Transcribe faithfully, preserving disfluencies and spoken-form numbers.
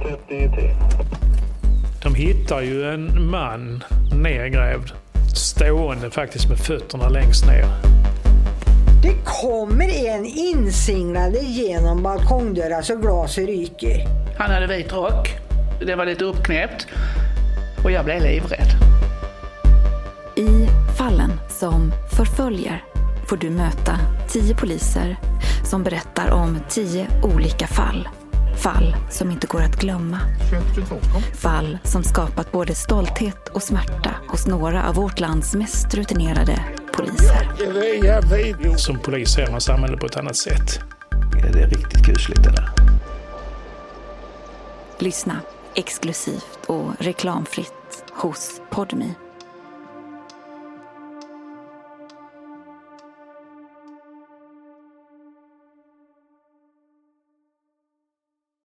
De hittar ju en man nedgrävd, stående faktiskt med fötterna längst ner. Det kommer en insinglande genom balkongdörrar så glaset ryker. Han hade vit rock, det var lite uppknäppt och jag blev livrädd. I Fallen som förföljer får du möta tio poliser som berättar om tio olika fall. Fall som inte går att glömma. Fall som skapat både stolthet och smärta hos några av vårt lands mest rutinerade poliser. Som polis ser man samhället på ett annat sätt. Det är riktigt kusligt det där. Lyssna exklusivt och reklamfritt hos Podme.